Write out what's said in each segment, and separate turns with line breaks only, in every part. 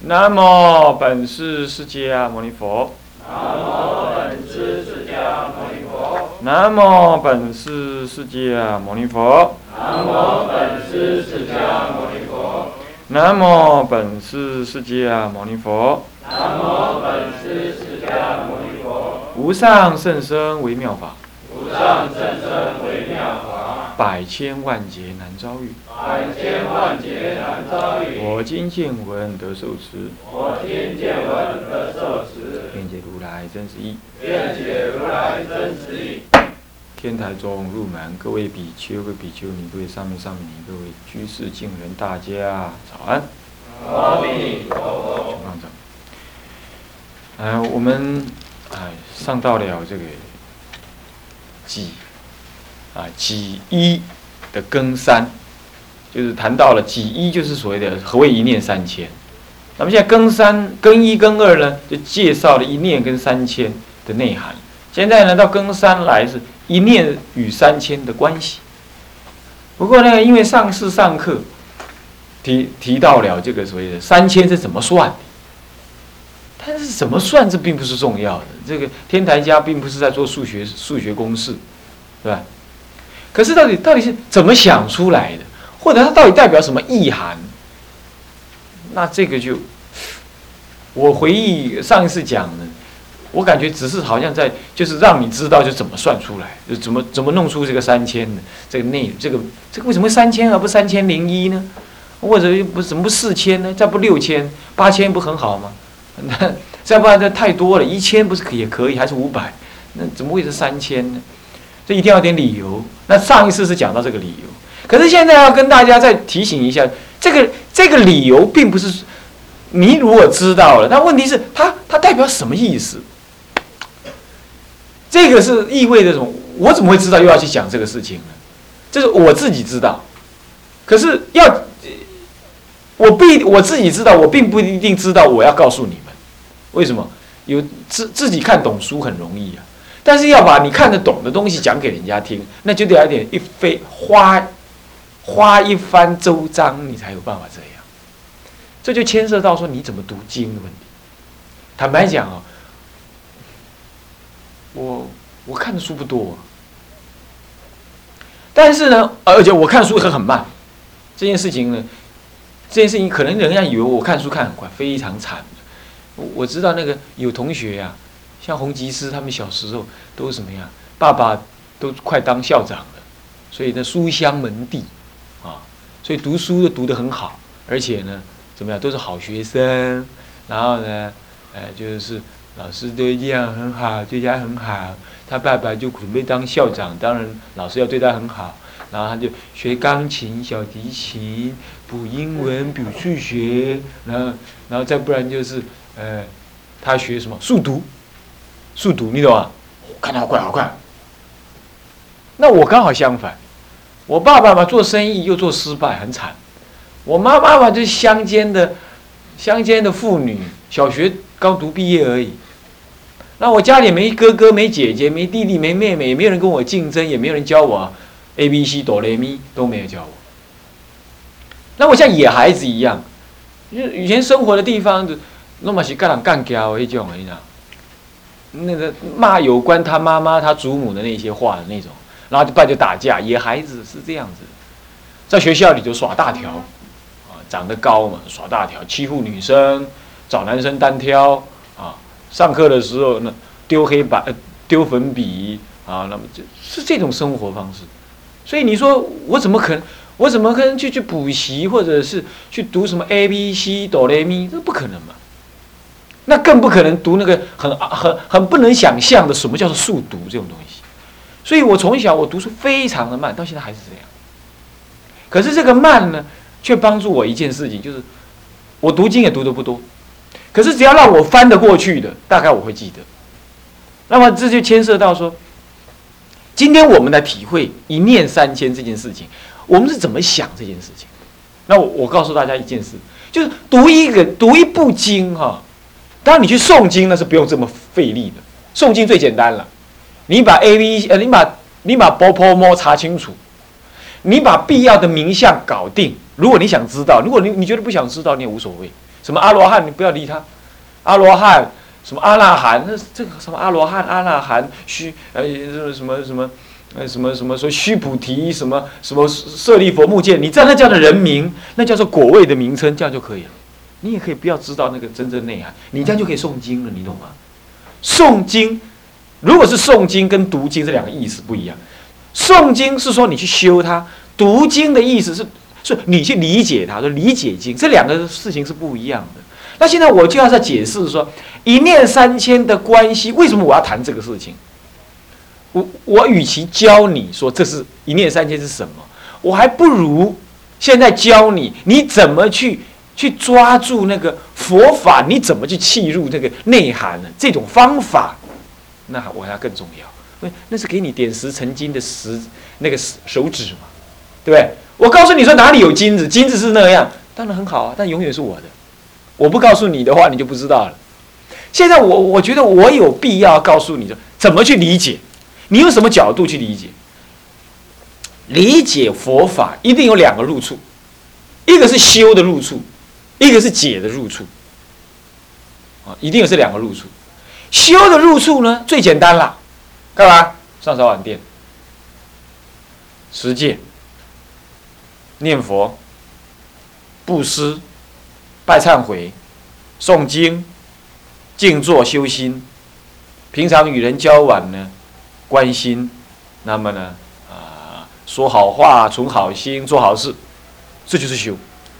南无本师释迦牟尼佛。
南无本师释迦牟尼佛。
南无本师释迦牟尼佛。
南无本师释迦牟尼佛。
南无本师释迦牟尼佛。
南无本师释迦牟尼佛。
无上甚深微妙法，
无上甚深微妙法，
百千万劫难遭遇。
百千万劫难遭遇。
我今见闻得受持，
我听见闻得受持，
愿解如来真实义。
愿解如来真实义。
天台中入门，各位比丘、各位比丘尼、各位上面尼、各位居士、敬人，大家早安。
阿弥陀佛。
放掌。我们上到了这个己一的庚三，就是谈到了己一，就是所谓的何谓一念三千。那么现在庚三、庚一、庚二呢，就介绍了一念跟三千的内涵。现在呢，到庚三来是一念与三千的关系。不过呢，因为上次上课提到了这个所谓的三千是怎么算的，但是怎么算这并不是重要的。这个天台家并不是在做数学公式，对吧？可是到底是怎么想出来的，或者它到底代表什么意涵？那这个就我回忆上一次讲的，我感觉只是好像就是让你知道就怎么算出来，就怎么弄出这个三千的这个这个为什么会3000而不3001呢？或者怎么不4000呢？再不6000、8000不很好吗？那再不然这太多了，1000不是也可以，还是500？那怎么会是3000呢？这一定要点理由。那上一次是讲到这个理由，可是现在要跟大家再提醒一下，这个理由并不是你如果知道了，但问题是它代表什么意思？这个是意味着什么？我怎么会知道又要去讲这个事情呢？这是我自己知道，可是我自己知道，我并不一定知道我要告诉你们。为什么？自己看懂书很容易啊，但是要把你看得懂的东西讲给人家听，那就得要点花一番周章，你才有办法这样。这就牵涉到说你怎么读经的问题。坦白讲啊，我看的书不多，但是呢，而且我看书很慢。这件事情可能人家以为我看书看很快，非常惨。我知道那个有同学呀，像洪吉师他们小时候都是什么样，爸爸都快当校长了，所以呢书香门第啊，所以读书都读得很好，而且呢怎么样都是好学生，然后呢就是老师对这样很好，对他很好，他爸爸就准备当校长，当然老师要对他很好，然后他就学钢琴、小提琴、补英文、补数学，然后再不然就是他学什么速读，你懂吗？看得好快好快。那我刚好相反，我爸爸嘛做生意又做失败，很惨。我妈妈嘛就是乡间的妇女，小学刚读毕业而已。那我家里没哥哥、没姐姐、没弟弟、没妹妹，也没有人跟我竞争，也没有人教我ABC 哆来咪都没有教我。那我像野孩子一样，以前生活的地方，那么是跟人干交那种，你知道？那个骂有关他妈妈、他祖母的那些话的那种，然后就打架。野孩子是这样子，在学校里就耍大条，长得高嘛，耍大条，欺负女生，找男生单挑啊。上课的时候呢，丢丢粉笔啊，那么是这种生活方式。所以你说我怎么可能去补习，或者是去读什么 ABC 哆来咪？这不可能嘛。那更不可能读那个很不能想象的什么叫做速读这种东西。所以我从小我读书非常的慢，到现在还是这样。可是这个慢呢，却帮助我一件事情，就是我读经也读得不多，可是只要让我翻得过去的，大概我会记得。那么这就牵涉到说，今天我们来体会一念三千这件事情，我们是怎么想这件事情？那我告诉大家一件事，就是读一部经哈。当然，你去诵经那是不用这么费力的，诵经最简单了。你把你把波波摸查清楚，你把必要的名相搞定。如果你想知道，如果你觉得不想知道，你也无所谓。 什么阿罗汉，你不要理他。阿罗汉，什么阿那含，那这个什么阿罗汉、阿那含，什么说须菩提，什么舍利佛目犍，你在那叫的人名，那叫做果位的名称，这样就可以了。你也可以不要知道那个真正内涵，你这样就可以诵经了，你懂吗？诵经，如果是诵经跟读经这两个意思不一样。诵经是说你去修它，读经的意思是你去理解它，说理解经，这两个事情是不一样的。那现在我就要在解释说一念三千的关系，为什么我要谈这个事情？我与其教你说这是一念三千是什么，我还不如现在教你怎么去抓住那个佛法，你怎么去契入那个内涵呢？这种方法，那我还更重要。那是给你点石成金的那个手指嘛，对不对？我告诉你说哪里有金子，金子是那样，当然很好啊，但永远是我的。我不告诉你的话，你就不知道了。现在我觉得我有必要告诉你说怎么去理解，你用什么角度去理解？理解佛法一定有两个入处，一个是修的入处，一个是解的入处。一定有这两个入处。修的入处呢，最简单啦。干嘛？上早晚殿、持戒、念佛、布施、拜忏悔、诵经、静坐修心。平常与人交往呢，关心，那么呢，说好话、存好心、做好事，这就是修。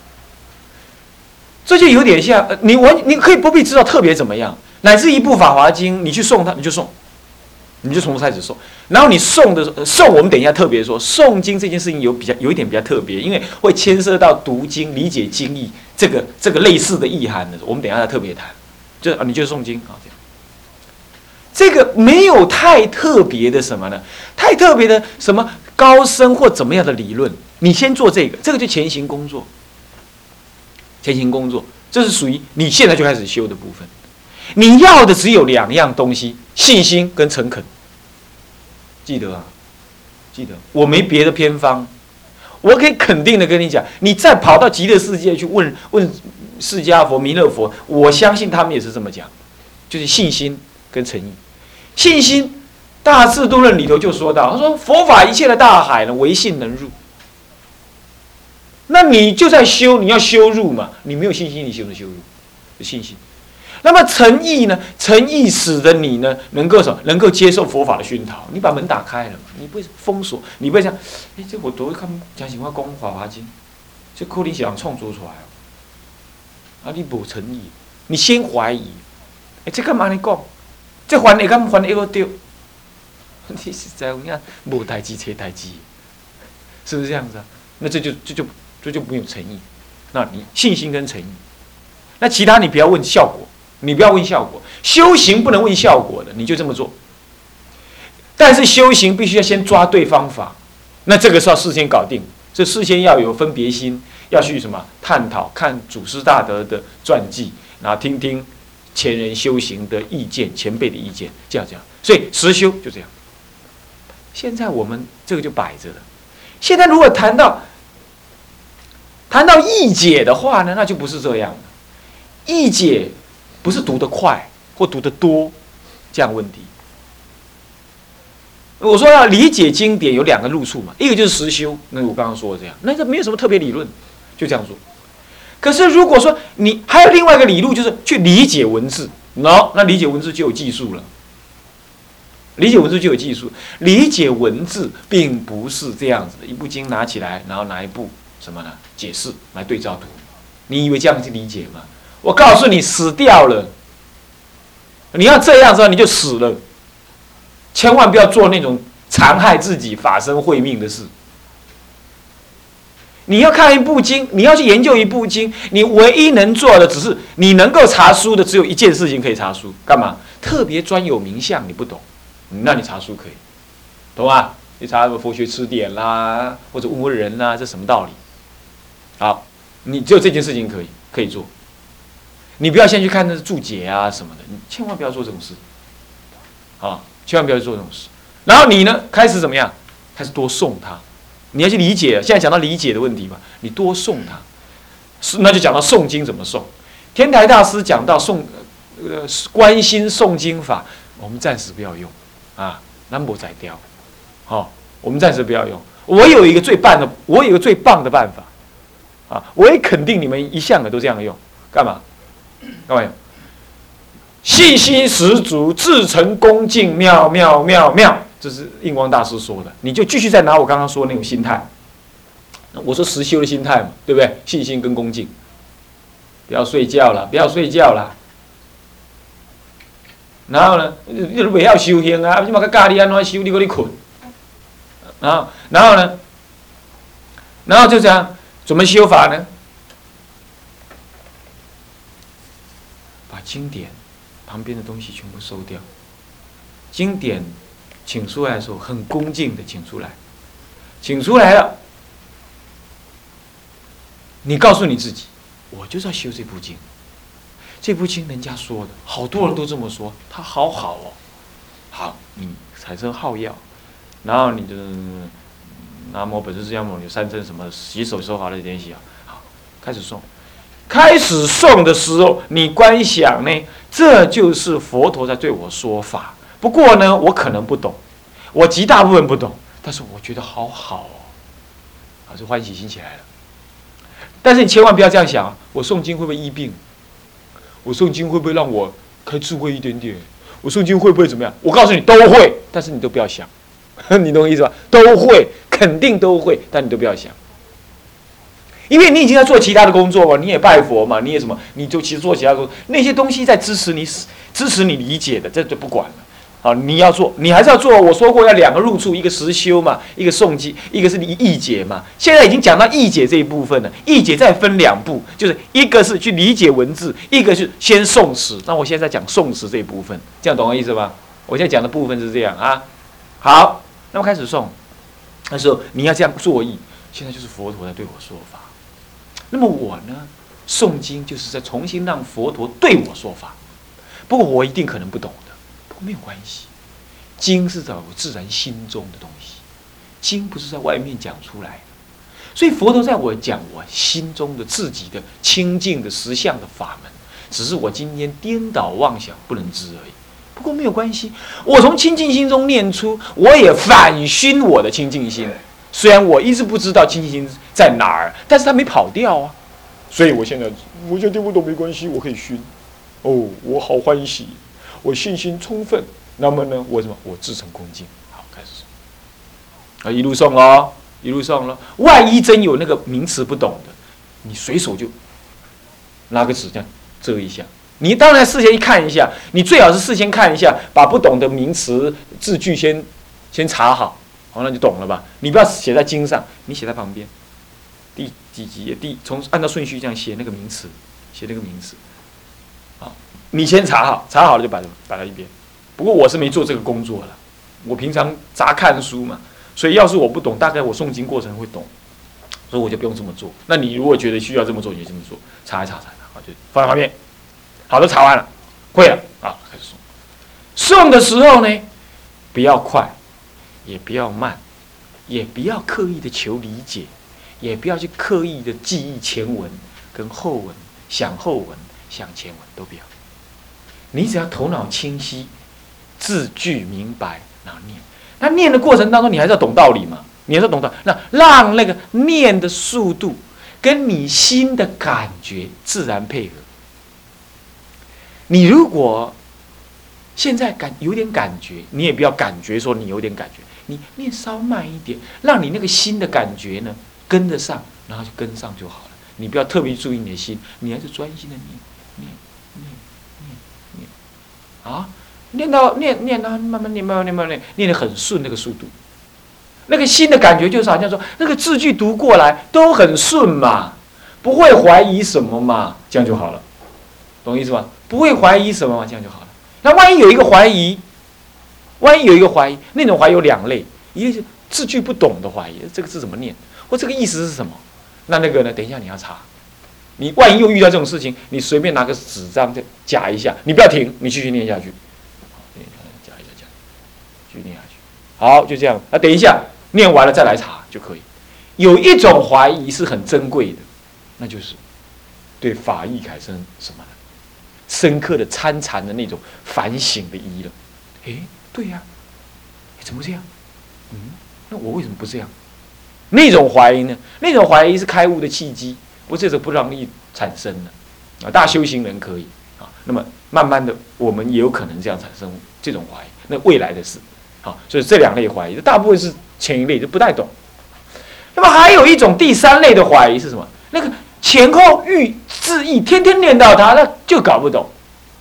这就有点像你可以不必知道特别怎么样，乃至一部《法华经》，你去诵它，你就诵。你就从头开始诵，然后你诵的诵，我们等一下特别说，诵经这件事情有一点比较特别，因为会牵涉到读经、理解经义这个类似的意涵的，我们等一下再特别谈。你就诵经啊，这个没有太特别的什么呢？太特别的什么高深或怎么样的理论，你先做这个就前行工作。前行工作，这是属于你现在就开始修的部分。你要的只有两样东西：信心跟诚恳。记得啊，记得，我没别的偏方，我可以肯定的跟你讲，你再跑到极乐世界去问释迦佛、弥勒佛，我相信他们也是这么讲，就是信心跟诚意。信心，《大智度论》里头就说到，他说佛法一切的大海呢，唯信能入。那你就在修，你要修入嘛，你没有信心，你修不修入？有信心。那么诚意呢？诚意使得你呢能够接受佛法的熏陶，你把门打开了嘛，你不会封锁，你不会想，这我都会看讲喜欢讲《法华经》，这可能是人创作出来哦。你无诚意，你先怀疑，这干嘛你讲？这还会敢还会个对？你实在有影无代志切代志，是不是这样子啊？那这就没有诚意。那你信心跟诚意，那其他你不要问效果。你不要问效果，修行不能问效果的，你就这么做。但是修行必须要先抓对方法，那这个是要事先搞定，这事先要有分别心，要去什么探讨，看祖师大德的传记，然后听听前人修行的意见，前辈的意见，这样。所以实修就这样。现在我们这个就摆着了。现在如果谈到义解的话呢，那就不是这样了。义解不是读得快或读得多这样问题。我说要理解经典有两个路处嘛，一个就是实修，那我刚刚说的这样，那这没有什么特别理论，就这样做。可是如果说你还有另外一个理路，就是去理解文字，那理解文字就有技术了。理解文字就有技术，理解文字并不是这样子的，一部经拿起来，然后拿一部什么呢？解释来对照图，你以为这样去理解吗？我告诉你，死掉了。你要这样子，你就死了。千万不要做那种残害自己、法身慧命的事。你要看一部经，你要去研究一部经，你唯一能做的，只是你能够查书的，只有一件事情可以查书，干嘛？特别专有名相，你不懂，那你查书可以，懂吗？你查佛学词典啦，或者文人啦，这什么道理？好，你只有这件事情可以做。你不要先去看那注解啊什么的，你千万不要做这种事，千万不要做这种事。然后你呢，开始怎么样？开始多诵它，你要去理解。现在讲到理解的问题嘛，你多诵它，那就讲到诵经怎么诵。 天台大师讲到观心诵经法，我们暂时不要用啊，南无宰雕，好，我们暂时不要用。我有一个最棒的办法啊！我也肯定你们一向的都这样用，干嘛？干嘛用？信心十足，至诚恭敬，妙妙妙妙，这是印光大师说的。你就继续再拿我刚刚说的那种心态，我说实修的心态嘛，对不对？信心跟恭敬，不要睡觉了，不要睡觉了。然后呢，你都不要修行啊！你嘛个教你安怎修，你搁你困。然后呢？然后就这样，怎么修法呢？把经典旁边的东西全部收掉。经典请出来的时候，很恭敬的请出来，请出来了，你告诉你自己，我就是要修这部经。这部经人家说的，好多人都这么说，它好好哦。好，你产生好药。然后你就南无本师释迦牟尼三称什么，洗手收好了点洗好，开始诵。开始诵的时候，你观想呢，这就是佛陀在对我说法。不过呢，我可能不懂，我极大部分不懂，但是我觉得好好哦，啊，就欢喜心起来了。但是你千万不要这样想，我诵经会不会医病？我诵经会不会让我开智慧一点点？我诵经会不会怎么样？我告诉你都会，但是你都不要想。你懂我意思吧？都会，肯定都会，但你都不要想，因为你已经在做其他的工作嘛，你也拜佛嘛，你也什么，你就其实做其他工作，那些东西在支持你理解的，这就不管了。好，你要做，你还是要做。我说过要两个入处，一个实修嘛，一个诵经，一个是你义解嘛。现在已经讲到义解这一部分了，义解再分两步，就是一个是去理解文字，一个是先诵持。那我现在讲诵持这一部分，这样懂我意思吗？我现在讲的部分是这样啊。好。那么开始诵，那时候你要这样作意，现在就是佛陀在对我说法。那么我呢，诵经就是在重新让佛陀对我说法。不过我一定可能不懂的，不过没有关系。经是在我自然心中的东西，经不是在外面讲出来的。所以佛陀在我讲我心中的自己的清净的实相的法门，只是我今天颠倒妄想不能知而已。不过没有关系，我从清净心中念出，我也反熏我的清净心。虽然我一直不知道清净心在哪儿，但是它没跑掉啊。所以我现在听不懂没关系，我可以熏。哦，我好欢喜，我信心充分。那么呢，我至诚恭敬。好，开始诵。一路诵咯，一路诵咯。万一真有那个名词不懂的，你随手就拿个纸这样遮一下。你当然事先看一下，你最好是事先看一下，把不懂的名词字句先查好，好那就懂了吧？你不要写在经上，你写在旁边，第几页从按照顺序这样写那个名词，写那个名词，好，你先查好，查好了就摆到一边。不过我是没做这个工作了，我平常杂看书嘛，所以要是我不懂，大概我诵经过程会懂，所以我就不用这么做。那你如果觉得需要这么做，你就这么做，查一查，好就放在旁边。好的，查完了，会了啊，开始诵。诵的时候呢，不要快，也不要慢，也不要刻意的求理解，也不要去刻意的记忆前文跟后文，想后文想前文都不要。你只要头脑清晰，字句明白，然后念。那念的过程当中，你还是要懂道理嘛，你还是要懂道理。那让那个念的速度跟你心的感觉自然配合。你如果现在有点感觉，你也不要感觉说你有点感觉，你念稍慢一点，让你那个心的感觉呢跟得上，然后就跟上就好了。你不要特别注意你的心，你还是专心的念啊，念到慢慢念得很顺，那个速度，那个心的感觉就是好像说那个字句读过来都很顺嘛，不会怀疑什么嘛，这样就好了，懂意思吗？不会怀疑什么嘛，这样就好了。那万一有一个怀疑，那种怀疑有两类，一个是字句不懂的怀疑，这个字怎么念，或这个意思是什么？那个呢？等一下你要查。你万一又遇到这种事情，你随便拿个纸张再夹一下，你不要停，你继续念下去。夹一下，继续念下去。好，就这样。那等一下念完了再来查就可以。有一种怀疑是很珍贵的，那就是对法义产生什么呢？深刻的参禅的那种反省的疑了。对呀，怎么这样？那我为什么不这样？那种怀疑呢？那种怀疑是开悟的契机，这种不容易产生的大修行人可以那么慢慢的，我们也有可能这样产生这种怀疑。那未来的事所以这两类怀疑，大部分是前一类就不太懂。那么还有一种第三类的怀疑是什么？那个前后寓自意，天天念到它，那就搞不懂，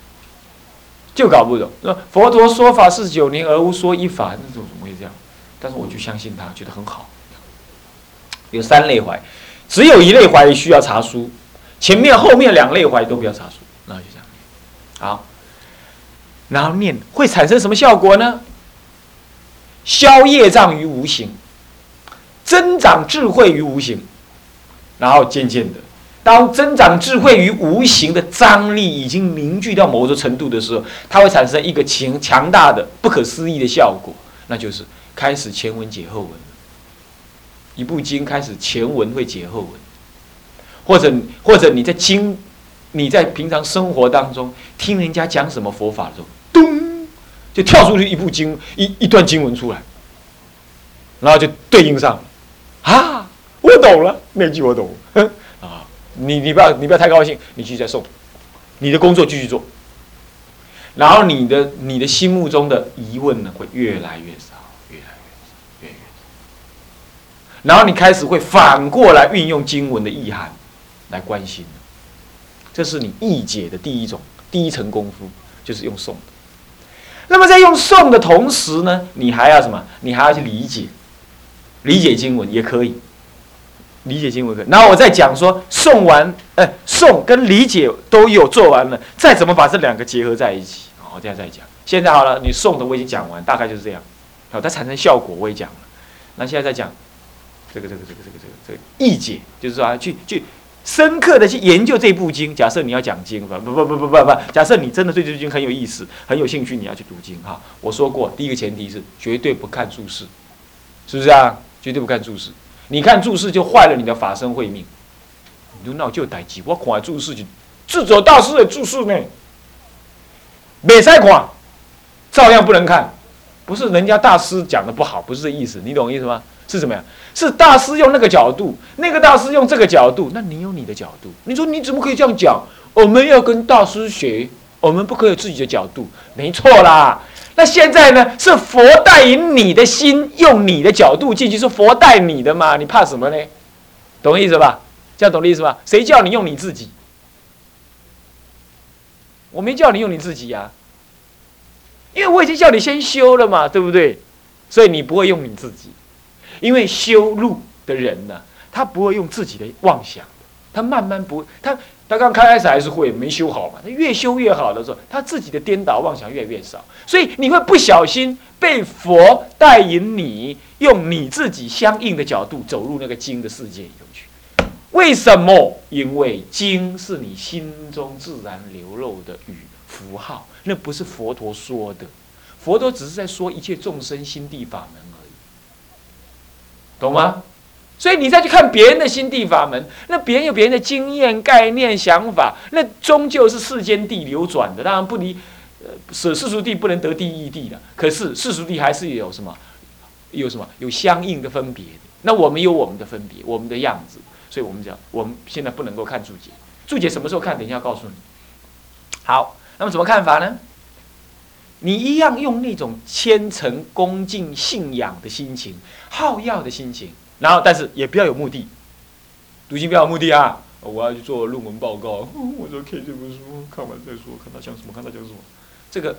佛陀说法49年而无说一法，那怎么会这样？但是我就相信他，觉得很好。有3类怀疑，只有一类怀疑需要查书，前面后面2类怀疑都不要查书，那就这样。好，然后念会产生什么效果呢？消业障于无形，增长智慧于无形，然后渐渐的，当增长智慧于无形的张力已经凝聚到某种程度的时候，它会产生一个强大的、不可思议的效果，那就是开始前文解后文。一部经开始前文会解后文，或者你在平常生活当中听人家讲什么佛法的时候，咚就跳出去一部经一段经文出来，然后就对应上了我懂了，那句我懂你不要太高兴，你继续再诵，你的工作继续做，然后你的心目中的疑问呢会越来越少。然后你开始会反过来运用经文的意涵来关心，这是你义解的第一层功夫，就是用诵的。那么在用诵的同时呢，你还要什么？你还要去理解经文也可以，理解经文可以。然后我再讲说，诵跟理解都有做完了，再怎么把这2个结合在一起，我这样再讲。现在好了，你诵的我已经讲完，大概就是这样。好，它产生效果我也讲了，那现在再讲。这个义解，就是说去深刻的去研究这部经。假设你要讲经，不，假设你真的对这部经很有意思、很有兴趣，你要去读经我说过，第一个前提是绝对不看注释，是不是啊？绝对不看注释，你看注释就坏了你的法身慧命。你就闹就代志，我看注释就智者大师的注释呢，没使看，照样不能看。不是人家大师讲的不好，不是这意思，你懂意思吗？是怎么样？是大师用那个角度，那个大师用这个角度，那你有你的角度。你说你怎么可以这样讲？我们要跟大师学，我们不可以有自己的角度，没错啦。那现在呢？是佛带引你的心，用你的角度进去，是佛带你的嘛？你怕什么呢？懂意思吧？这样懂意思吧？谁叫你用你自己？我没叫你用你自己呀，因为我已经叫你先修了嘛，对不对？所以你不会用你自己。因为修路的人呢，他不会用自己的妄想，他慢慢不会，他刚开始还是会没修好嘛，他越修越好的时候，他自己的颠倒妄想越来越少，所以你会不小心被佛带引你用你自己相应的角度走入那个经的世界里头去。为什么？因为经是你心中自然流露的符号，那不是佛陀说的，佛陀只是在说一切众生心地法门而已。懂吗？所以你再去看别人的心地法门，那别人有别人的经验、概念、想法，那终究是世间地流转的。当然不离，世俗地不能得第一地的。可是世俗地还是有什么？有相应的分别的。那我们有我们的分别，我们的样子。所以我们讲，我们现在不能够看注解。注解什么时候看？等一下告诉你。好，那么怎么看法呢？你一样用那种虔诚、恭敬、信仰的心情，好要的心情，然后但是也不要有目的，读经不要有目的啊！我要去做论文报告，我说看这本书，看完再说，看他讲什么，看他讲什么。这个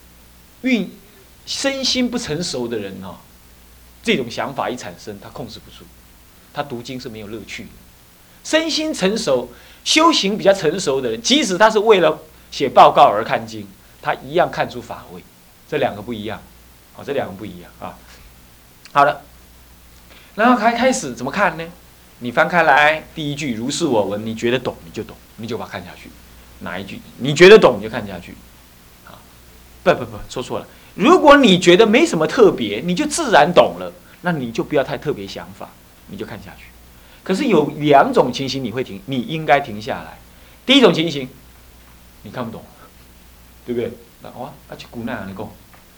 身心不成熟的人这种想法一产生，他控制不住，他读经是没有乐趣的。身心成熟、修行比较成熟的人，即使他是为了写报告而看经，他一样看出法味，这2个不一样，这2个不一样啊。好了，然后开始怎么看呢？你翻开来，第一句如是我闻，你觉得懂你就懂，你就把它看下去。哪一句你觉得懂你就看下去，不，说错了。如果你觉得没什么特别，你就自然懂了，那你就不要太特别想法，你就看下去。可是有2种情形你应该停下来。 第一种情形，你看不懂，对不对？那哇，去古奈你讲，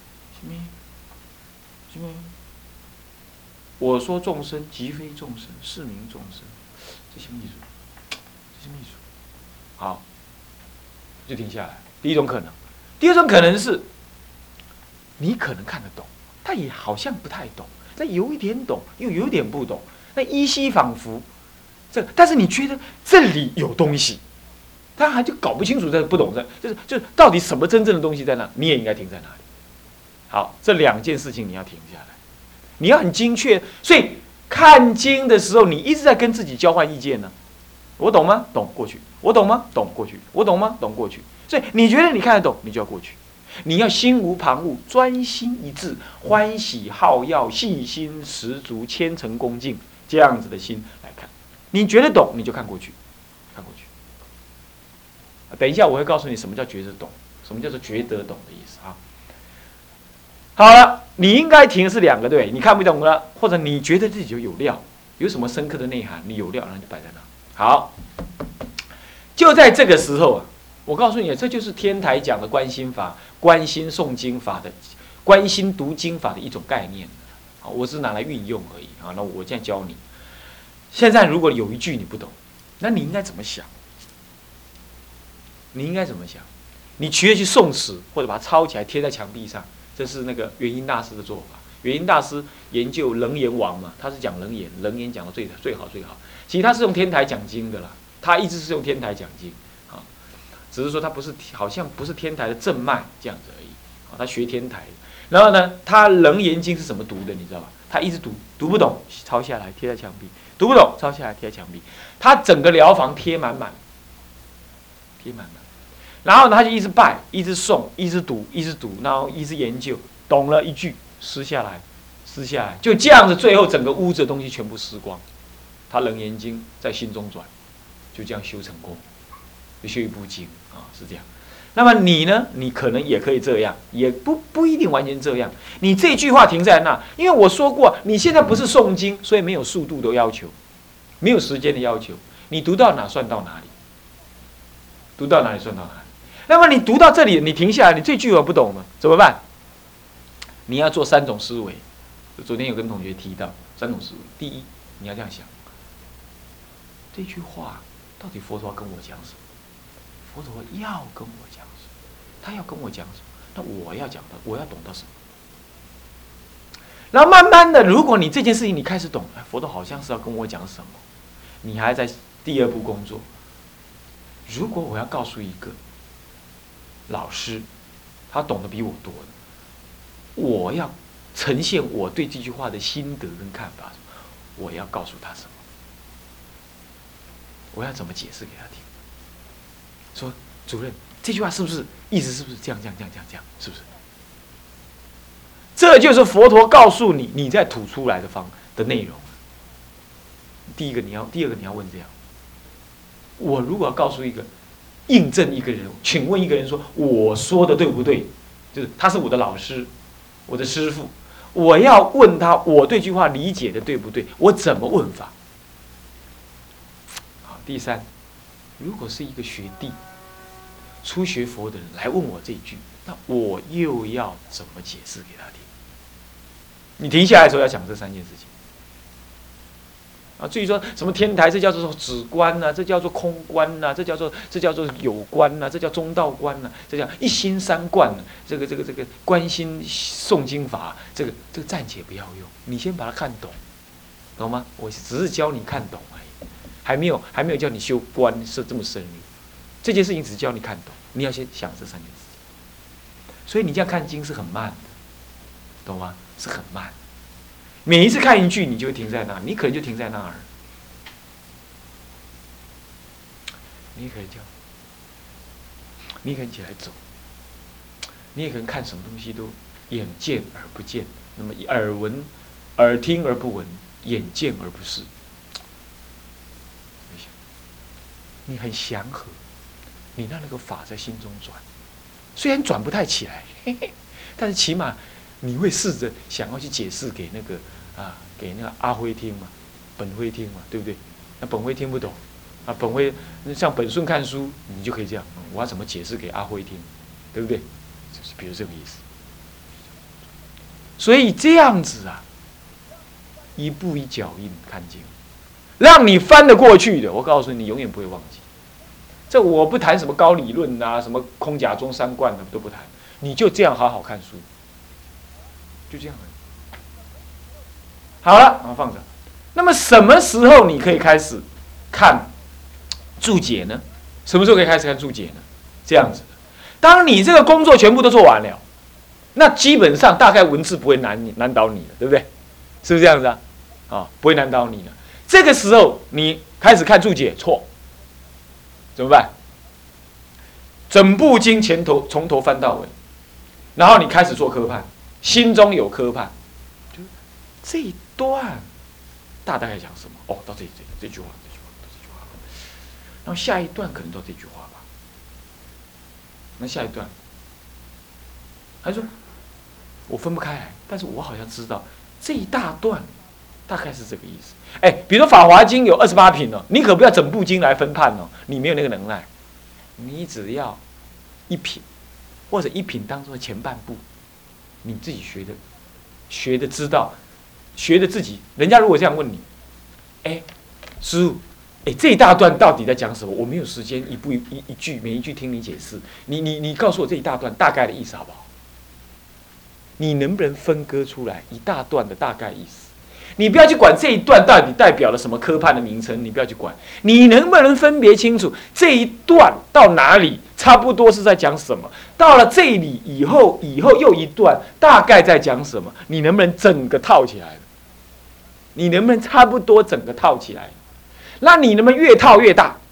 什么？我说众生即非众生，是名众生，这什么意思？这什么意思？好，就停下来。第一种可能，第二种可能是，你可能看得懂，但也好像不太懂，那有一点懂，又有点不懂，那依稀仿佛。但是你觉得这里有东西，他还就搞不清楚，不懂就是到底什么真正的东西在那，你也应该停在那里。好，这两件事情你要停下来，你要很精确。所以看经的时候，你一直在跟自己交换意见呢。我懂吗？懂，过去。我懂吗？懂，过去。我懂吗？懂，过去。所以你觉得你看得懂，你就要过去。你要心无旁骛，专心一致，欢喜好乐，信心十足，虔诚恭敬，这样子的心来看。你觉得懂，你就看过去，看过去。等一下我会告诉你什么叫觉得懂，什么叫做觉得懂的意思啊。好了，你应该停的是两个，对，你看不懂了，或者你觉得自己就有料，有什么深刻的内涵，你有料，然后就摆在那。好，就在这个时候啊，我告诉你，这就是天台讲的观心法、观心诵经法的、观心读经法的一种概念。好，我是拿来运用而已啊。那我这样教你。现在如果有一句你不懂，那你应该怎么想？你应该怎么想？你直接去诵词，或者把它抄起来贴在墙壁上，这是那个元音大师的做法。元音大师研究楞严王嘛，他是讲楞严，楞严讲的最好。其实他是用天台讲经的啦，他一直是用天台讲经啊，只是说他不是好像不是天台的正脉这样子而已啊，他学天台。然后呢，他楞严经是怎么读的，你知道吧？他一直读不懂，抄下来贴在墙壁。读不懂，抄下来贴在墙壁。他整个疗房贴满满，然后呢，他就一直拜，一直诵，一直读，然后一直研究，懂了一句撕下来，就这样子，最后整个屋子的东西全部撕光。他楞严经在心中转，就这样修成功，就修一部经啊，是这样。那么你呢？你可能也可以这样，也不一定完全这样。你这句话停在那，因为我说过，你现在不是诵经，所以没有速度的要求，没有时间的要求。你读到哪算到哪里，读到哪里算到哪里。那么你读到这里，你停下来，你这句我不懂了，怎么办？你要做3种思维。昨天有跟同学提到3种思维。第一，你要这样想：这句话到底佛陀跟我讲什么？佛陀要跟我讲什么？他要跟我讲什么？那我要讲的，我要懂到什么？然后慢慢的，如果你这件事情你开始懂，佛陀好像是要跟我讲什么，你还在第2步工作。如果我要告诉一个老师，他懂得比我多，我要呈现我对这句话的心得跟看法，我要告诉他什么？我要怎么解释给他听？说主任，这句话是不是意思是不是这样，是不是？这就是佛陀告诉你你在吐出来的内容。第二个你要问这样：我如果要告诉印证一个人，请问一个人说我说的对不对？就是他是我的老师，我的师父，我要问他我对这句话理解的对不对？我怎么问法？好，第3，如果是一个学弟，初学佛的人来问我这一句，那我又要怎么解释给他听？你停下来的时候要想这3件事情。至于说什么天台，这叫做止观呐，这叫做空观呐，这叫做有观呐，这叫中道观呐，这叫一心三观呐。这个观心诵经法，这个暂且不要用，你先把它看懂，懂吗？我只是教你看懂而已，还没有叫你修观是这么深入。这件事情只教你看懂，你要先想这3件事情。所以你这样看经是很慢的，懂吗？是很慢。每一次看一句，你就会停在那，你可能就停在那儿。你可能起来走，你也可能看什么东西都眼见而不见，那么耳听而不闻，眼见而不视。你很祥和，你让那个法在心中转，虽然转不太起来，但是起码你会试着想要去解释给那个阿辉听嘛，本辉听嘛，对不对？那本辉听不懂， 啊，本会像本顺看书，你就可以这样，我要怎么解释给阿辉听，对不对？就是比如这个意思。所以这样子啊，一步一脚印看经，让你翻得过去的，我告诉你，永远不会忘记。这我不谈什么高理论啊，什么空假中三观的都不谈，你就这样好好看书，就这样而已。好了，然后放着。那么什么时候你可以开始看注解呢？什么时候可以开始看注解呢？这样子的，当你这个工作全部都做完了，那基本上大概文字不会难倒你了，对不对？是不是这样子啊？啊，不会难倒你了。这个时候你开始看注解，错，怎么办？整部经从头翻到尾，然后你开始做科判，心中有科判，就这一段大概讲什么？哦，到这句话，到这句话，然后下一段可能到这句话吧。那下一段，还说我分不开来，但是我好像知道这一大段大概是这个意思。哎，比如说《法华经》有28品哦，你可不要整部经来分判哦，你没有那个能耐，你只要一品，或者一品当中的前半部，你自己学的知道，学的自己。人家如果这样问你，哎，师父，哎，这一大段到底在讲什么？我没有时间一句每一句听你解释，你告诉我这一大段大概的意思好不好？你能不能分割出来一大段的大概意思？你不要去管这一段到底代表了什么科判的名称，你不要去管。你能不能分别清楚这一段到哪里差不多是在讲什么？到了这里以后又一段大概在讲什么？你能不能整个套起来？你能不能差不多整个套起来？那你能不能越套越大？